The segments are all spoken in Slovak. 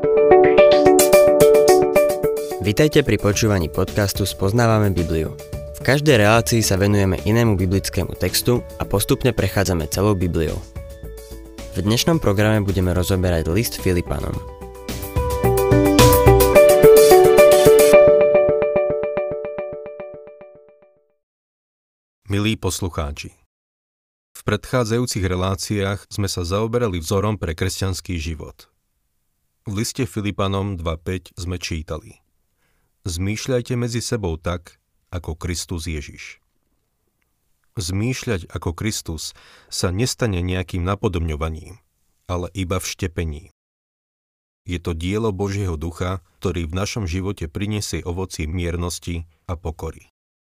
Vitajte pri počúvaní podcastu Spoznávame Bibliu. V každej relácii sa venujeme inému biblickému textu a postupne prechádzame celou Bibliou. V dnešnom programe budeme rozoberať list Filipanom. Milí poslucháči, v predchádzajúcich reláciách sme sa zaoberali vzorom pre kresťanský život. V liste Filipanom 2.5 sme čítali: Zmýšľajte medzi sebou tak, ako Kristus Ježiš. Zmýšľať ako Kristus sa nestane nejakým napodobňovaním, ale iba v štepení. Je to dielo Božieho ducha, ktorý v našom živote prinesie ovocie miernosti a pokory.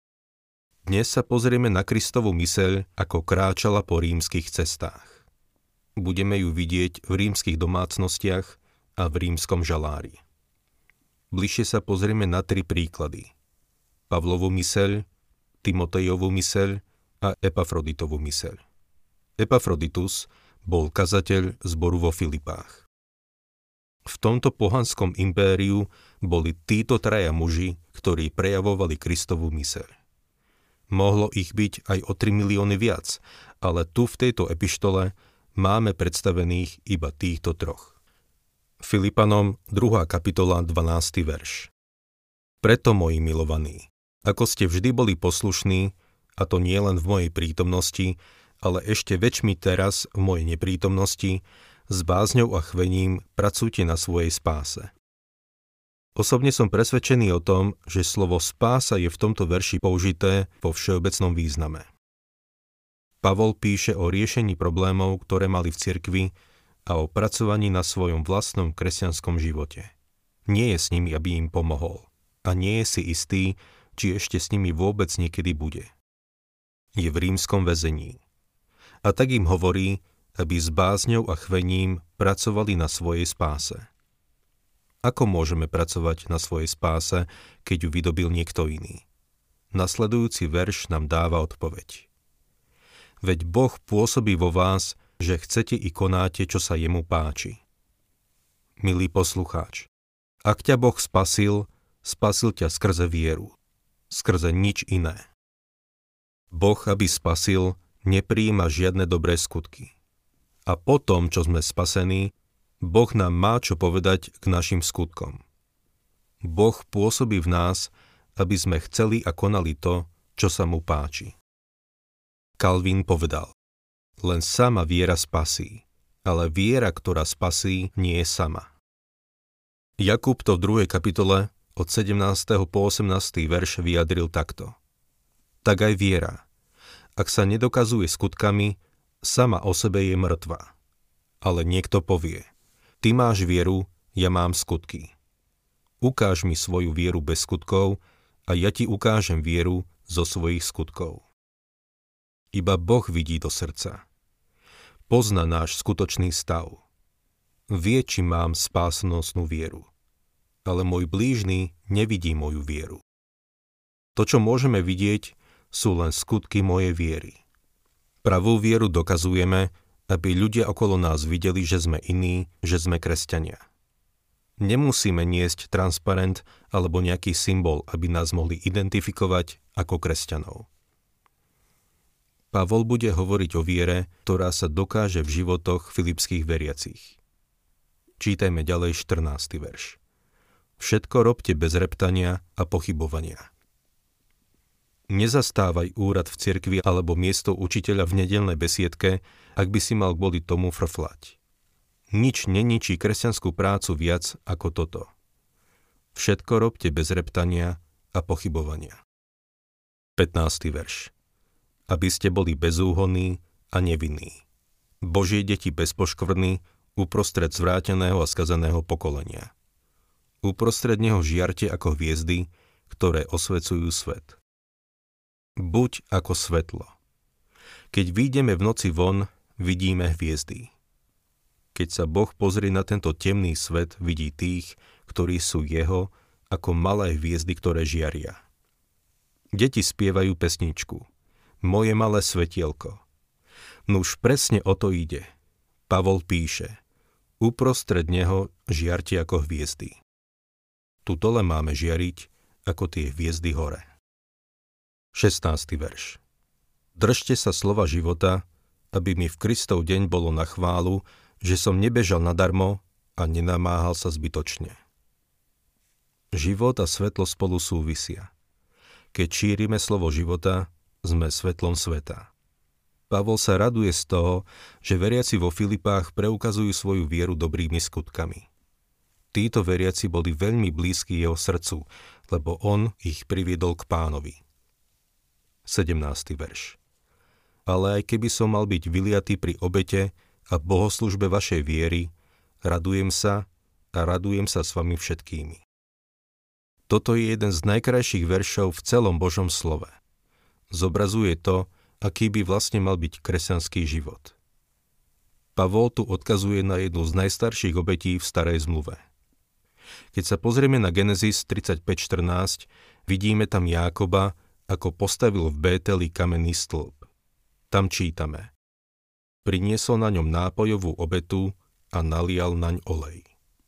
Dnes sa pozrieme na Kristovu myseľ, ako kráčala po rímskych cestách. Budeme ju vidieť v rímskych domácnostiach a v rímskom žalári. Bližšie sa pozrieme na 3 príklady: Pavlovu myseľ, Timotejovú myseľ a Epafroditovú myseľ. Epafroditus bol kazateľ zboru vo Filipách. V tomto pohanskom impériu boli títo 3 muži, ktorí prejavovali Kristovu myseľ. Mohlo ich byť aj o 3 milióny viac, ale tu v tejto epištole máme predstavených iba týchto 3. Filipanom 2. kapitola 12. verš. Preto, moji milovaní, ako ste vždy boli poslušní, a to nie len v mojej prítomnosti, ale ešte väčšmi teraz v mojej neprítomnosti, s bázňou a chvením pracujte na svojej spáse. Osobne som presvedčený o tom, že slovo spása je v tomto verši použité vo všeobecnom význame. Pavol píše o riešení problémov, ktoré mali v cirkvi, a o pracovaní na svojom vlastnom kresťanskom živote. Nie je s nimi, aby im pomohol. A nie je si istý, či ešte s nimi vôbec niekedy bude. Je v rímskom väzení. A tak im hovorí, aby s bázňou a chvením pracovali na svojej spáse. Ako môžeme pracovať na svojej spáse, keď ju vydobil niekto iný? Nasledujúci verš nám dáva odpoveď. Veď Boh pôsobí vo vás, že chcete i konáte, čo sa jemu páči. Milý poslucháč, ak ťa Boh spasil, spasil ťa skrze vieru, skrze nič iné. Boh, aby spasil, neprijíma žiadne dobré skutky. A po tom, čo sme spasení, Boh nám má čo povedať k našim skutkom. Boh pôsobí v nás, aby sme chceli a konali to, čo sa mu páči. Calvin povedal: len sama viera spasí, ale viera, ktorá spasí, nie je sama. Jakub to v 2. kapitole od 17. po 18. verš vyjadril takto: Tak aj viera, ak sa nedokazuje skutkami, sama o sebe je mŕtva. Ale niekto povie: Ty máš vieru, ja mám skutky. Ukáž mi svoju vieru bez skutkov a ja ti ukážem vieru zo svojich skutkov. Iba Boh vidí do srdca. Pozná náš skutočný stav. Vie, či mám spásonosnú vieru. Ale môj blížny nevidí moju vieru. To, čo môžeme vidieť, sú len skutky mojej viery. Pravú vieru dokazujeme, aby ľudia okolo nás videli, že sme iní, že sme kresťania. Nemusíme niesť transparent alebo nejaký symbol, aby nás mohli identifikovať ako kresťanov. Pavol bude hovoriť o viere, ktorá sa dokáže v životoch filipských veriacich. Čítajme ďalej 14. verš. Všetko robte bez reptania a pochybovania. Nezastávaj úrad v cirkvi alebo miesto učiteľa v nedeľnej besiedke, ak by si mal kvôli tomu frflať. Nič neničí kresťanskú prácu viac ako toto. Všetko robte bez reptania a pochybovania. 15. verš. Aby ste boli bezúhonní a nevinní. Božie deti bez poškvrny uprostred zvráteného a skazeného pokolenia. Uprostred neho žiarte ako hviezdy, ktoré osvecujú svet. Buď ako svetlo. Keď vyjdeme v noci von, vidíme hviezdy. Keď sa Boh pozrie na tento temný svet, vidí tých, ktorí sú jeho, ako malé hviezdy, ktoré žiaria. Deti spievajú pesničku: Moje malé svetielko. Nuž presne o to ide. Pavol píše: Uprostred neho žiarte ako hviezdy. Tu dole máme žiariť ako tie hviezdy hore. 16. verš. Držte sa slova života, aby mi v Kristov deň bolo na chválu, že som nebežal nadarmo a nenamáhal sa zbytočne. Život a svetlo spolu súvisia. Keď šírime slovo života, sme svetlom sveta. Pavol sa raduje z toho, že veriaci vo Filipách preukazujú svoju vieru dobrými skutkami. Títo veriaci boli veľmi blízki jeho srdcu, lebo on ich priviedol k Pánovi. 17. verš. Ale aj keby som mal byť vyliatý pri obete a bohoslužbe vašej viery, radujem sa a radujem sa s vami všetkými. Toto je jeden z najkrajších veršov v celom Božom slove. Zobrazuje to, aký by vlastne mal byť kresťanský život. Pavol tu odkazuje na jednu z najstarších obetí v Starej zmluve. Keď sa pozrieme na Genesis 35.14, vidíme tam Jákoba, ako postavil v Bételi kamenný stĺp. Tam čítame: Priniesol na ňom nápojovú obetu a nalial naň olej.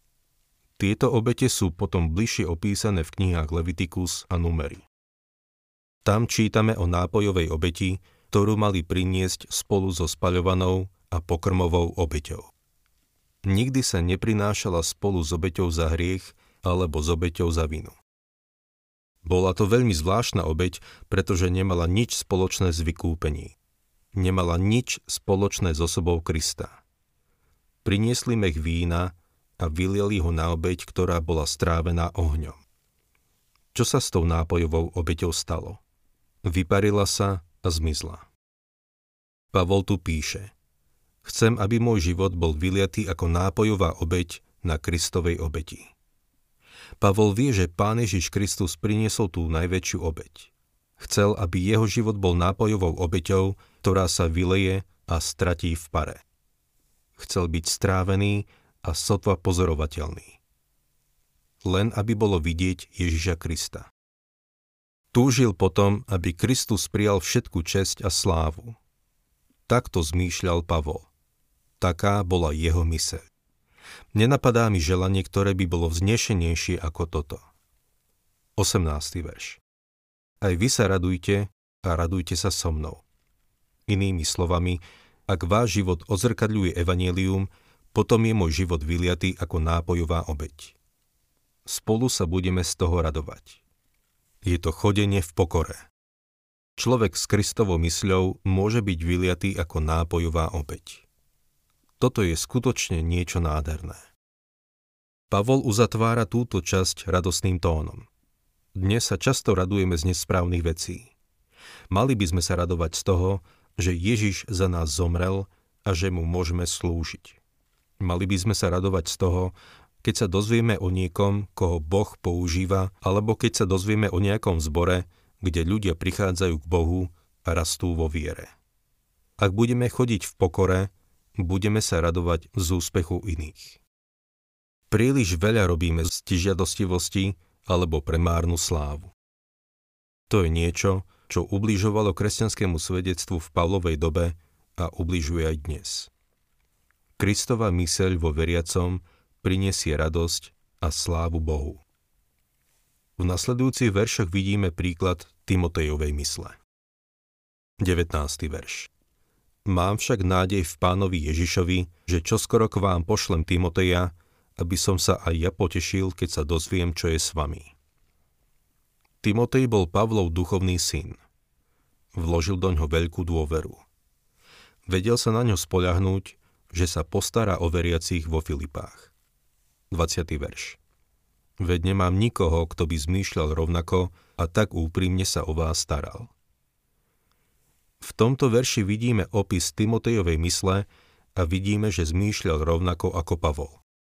Tieto obete sú potom bližšie opísané v knihách Levitikus a Númery. Tam čítame o nápojovej obeti, ktorú mali priniesť spolu so spaľovanou a pokrmovou obeťou. Nikdy sa neprinášala spolu s obeťou za hriech alebo s obeťou za vinu. Bola to veľmi zvláštna obeť, pretože nemala nič spoločné s vykúpením. Nemala nič spoločné s osobou Krista. Priniesli mech vína a vyliali ho na obeť, ktorá bola strávená ohňom. Čo sa s tou nápojovou obeťou stalo? Vyparila sa a zmizla. Pavol tu píše: Chcem, aby môj život bol vyliatý ako nápojová obeť na Kristovej obeti. Pavol vie, že Pán Ježiš Kristus priniesol tú najväčšiu obeť. Chcel, aby jeho život bol nápojovou obeťou, ktorá sa vyleje a stratí v pare. Chcel byť strávený a sotva pozorovateľný. Len aby bolo vidieť Ježiša Krista. Túžil potom, aby Kristus prijal všetku česť a slávu. Takto zmýšľal Pavol. Taká bola jeho myseľ. Nenapadá mi želanie, ktoré by bolo vznešenejšie ako toto. 18. verš. Aj vy sa radujte a radujte sa so mnou. Inými slovami, ak váš život odzrkadľuje evanjelium, potom je môj život vyliatý ako nápojová obeť. Spolu sa budeme z toho radovať. Je to chodenie v pokore. Človek s Kristovou mysľou môže byť vyliatý ako nápojová obeť. Toto je skutočne niečo nádherné. Pavol uzatvára túto časť radosným tónom. Dnes sa často radujeme z nesprávnych vecí. Mali by sme sa radovať z toho, že Ježiš za nás zomrel a že mu môžeme slúžiť. Mali by sme sa radovať z toho, keď sa dozvieme o niekom, koho Boh používa, alebo keď sa dozvieme o nejakom zbore, kde ľudia prichádzajú k Bohu a rastú vo viere. Ak budeme chodiť v pokore, budeme sa radovať z úspechu iných. Príliš veľa robíme z stižiadostivosti alebo pre márnu slávu. To je niečo, čo ubližovalo kresťanskému svedectvu v Pavlovej dobe a ubližuje aj dnes. Kristova myseľ vo veriacom prinesie radosť a slávu Bohu. V nasledujúcich veršoch vidíme príklad Timotejovej mysle. 19. verš. Mám však nádej v Pánovi Ježišovi, že čoskoro k vám pošlem Timoteja, aby som sa aj ja potešil, keď sa dozviem, čo je s vami. Timotej bol Pavlov duchovný syn. Vložil doňho veľkú dôveru. Vedel sa na ňo spoľahnúť, že sa postará o veriacich vo Filipách. 20. verš. Veď nemám nikoho, kto by zmýšľal rovnako a tak úprimne sa o vás staral. V tomto verši vidíme opis Timotejovej mysle a vidíme, že zmýšľal rovnako ako Pavol.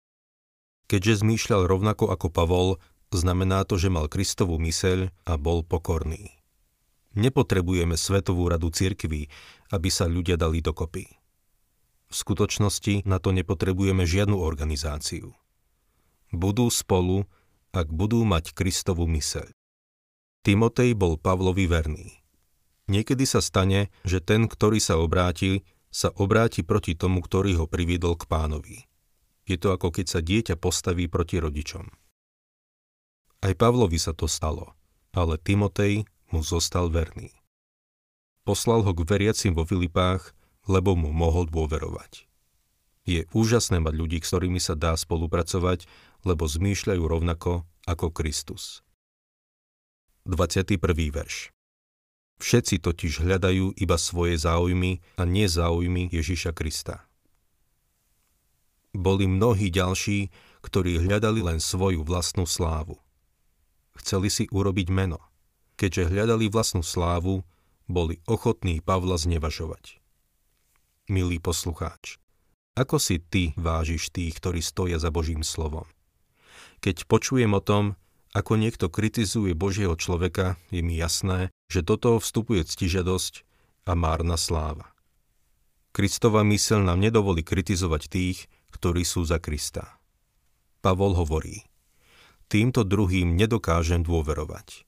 Keďže zmýšľal rovnako ako Pavol, znamená to, že mal Kristovú myseľ a bol pokorný. Nepotrebujeme svetovú radu cirkví, aby sa ľudia dali dokopy. V skutočnosti na to nepotrebujeme žiadnu organizáciu. Budú spolu, ak budú mať Kristovú myseľ. Timotej bol Pavlovi verný. Niekedy sa stane, že ten, ktorý sa obráti proti tomu, ktorý ho priviedol k Pánovi. Je to ako keď sa dieťa postaví proti rodičom. Aj Pavlovi sa to stalo, ale Timotej mu zostal verný. Poslal ho k veriacim vo Filipách, lebo mu mohol dôverovať. Je úžasné mať ľudí, s ktorými sa dá spolupracovať, lebo zmýšľajú rovnako ako Kristus. 21. verš. Všetci totiž hľadajú iba svoje záujmy a nie záujmy Ježiša Krista. Boli mnohí ďalší, ktorí hľadali len svoju vlastnú slávu. Chceli si urobiť meno. Keďže hľadali vlastnú slávu, boli ochotní Pavla znevažovať. Milý poslucháč, ako si ty vážiš tých, ktorí stoja za Božím slovom? Keď počujem o tom, ako niekto kritizuje Božieho človeka, je mi jasné, že do toho vstupuje ctižiadosť a márna sláva. Kristova myseľ nám nedovolí kritizovať tých, ktorí sú za Krista. Pavol hovorí: týmto druhým nedokážem dôverovať.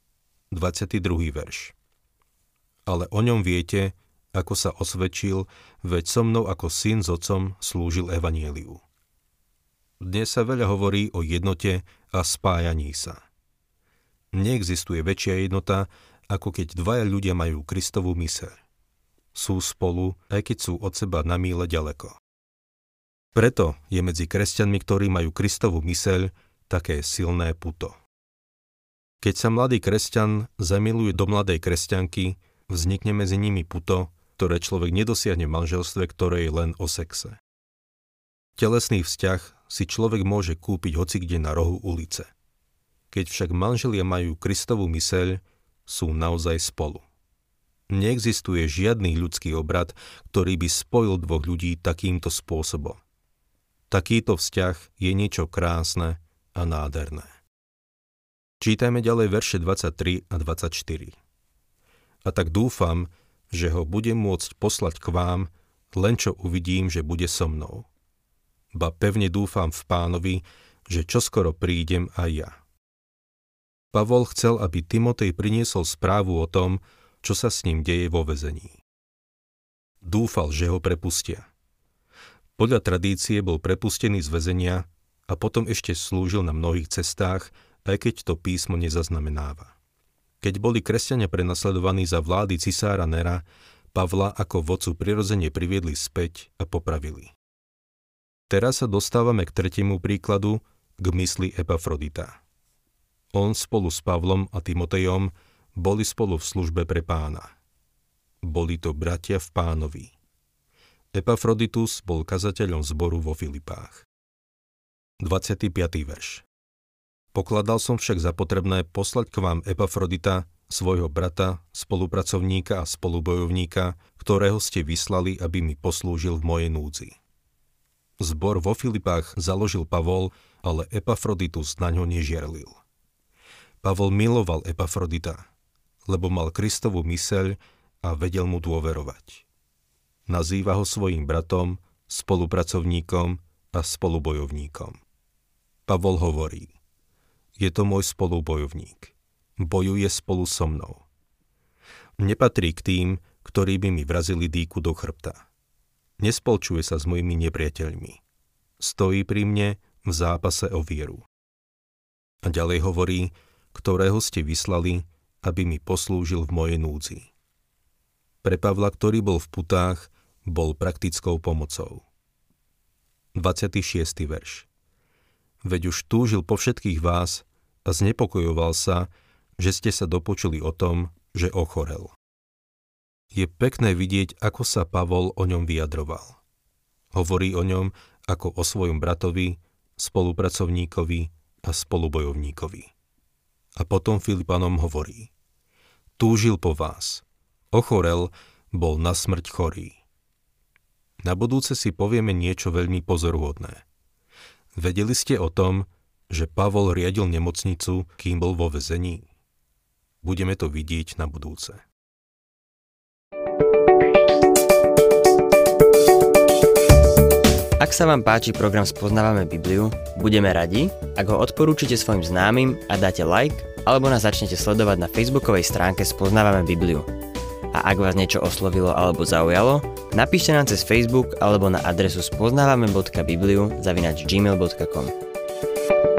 22. verš. Ale o ňom viete, ako sa osvedčil, veď so mnou ako syn s otcom slúžil evanjeliu. Dnes sa veľa hovorí o jednote a spájaní sa. Neexistuje väčšia jednota, ako keď dvaja ľudia majú Kristovú myseľ. Sú spolu, aj keď sú od seba na míle ďaleko. Preto je medzi kresťanmi, ktorí majú Kristovú myseľ, také silné puto. Keď sa mladý kresťan zamiluje do mladej kresťanky, vznikne medzi nimi puto, ktoré človek nedosiahne v manželstve, ktoré je len o sexe. Telesný vzťah si človek môže kúpiť hocikde na rohu ulice. Keď však manželia majú Kristovú myseľ, sú naozaj spolu. Neexistuje žiadny ľudský obrad, ktorý by spojil dvoch ľudí takýmto spôsobom. Takýto vzťah je niečo krásne a nádherné. Čítajme ďalej verše 23 a 24. A tak dúfam, že ho budem môcť poslať k vám, len čo uvidím, že bude so mnou. Ba pevne dúfam v Pánovi, že čoskoro prídem aj ja. Pavol chcel, aby Timotej priniesol správu o tom, čo sa s ním deje vo väzení. Dúfal, že ho prepustia. Podľa tradície bol prepustený z väzenia a potom ešte slúžil na mnohých cestách, aj keď to písmo nezaznamenáva. Keď boli kresťania prenasledovaní za vlády cisára Nera, Pavla ako vodcu prirodzene priviedli späť a popravili. Teraz sa dostávame k tretiemu príkladu, k mysli Epafrodita. On spolu s Pavlom a Timotejom boli spolu v službe pre Pána. Boli to bratia v Pánovi. Epafroditus bol kazateľom zboru vo Filipách. 25. verš. Pokladal som však za potrebné poslať k vám Epafrodita, svojho brata, spolupracovníka a spolubojovníka, ktorého ste vyslali, aby mi poslúžil v mojej núdzi. Zbor vo Filipách založil Pavol, ale Epafroditus na ňo nežiarlil. Pavol miloval Epafrodita, lebo mal Kristovu myseľ a vedel mu dôverovať. Nazýva ho svojím bratom, spolupracovníkom a spolubojovníkom. Pavol hovorí: je to môj spolubojovník. Bojuje spolu so mnou. Nepatrí k tým, ktorí by mi vrazili dýku do chrbta. Nespolčuje sa s mojimi nepriateľmi. Stojí pri mne v zápase o vieru. A ďalej hovorí, ktorého ste vyslali, aby mi poslúžil v mojej núdzi. Pre Pavla, ktorý bol v putách, bol praktickou pomocou. 26. verš. Veď už túžil po všetkých vás a znepokojoval sa, že ste sa dopočuli o tom, že ochorel. Je pekné vidieť, ako sa Pavol o ňom vyjadroval. Hovorí o ňom ako o svojom bratovi, spolupracovníkovi a spolubojovníkovi. A potom Filipanom hovorí: túžil po vás, ochorel, bol na smrť chorý. Na budúce si povieme niečo veľmi pozoruhodné. Vedeli ste o tom, že Pavol riadil nemocnicu, kým bol vo väzení? Budeme to vidieť na budúce. Ak sa vám páči program Spoznávame Bibliu, budeme radi, ak ho odporúčite svojim známym a dáte like, alebo nás začnete sledovať na facebookovej stránke Spoznávame Bibliu. A ak vás niečo oslovilo alebo zaujalo, Napíšte nám cez Facebook alebo na adresu spoznavame.bibliu@gmail.com.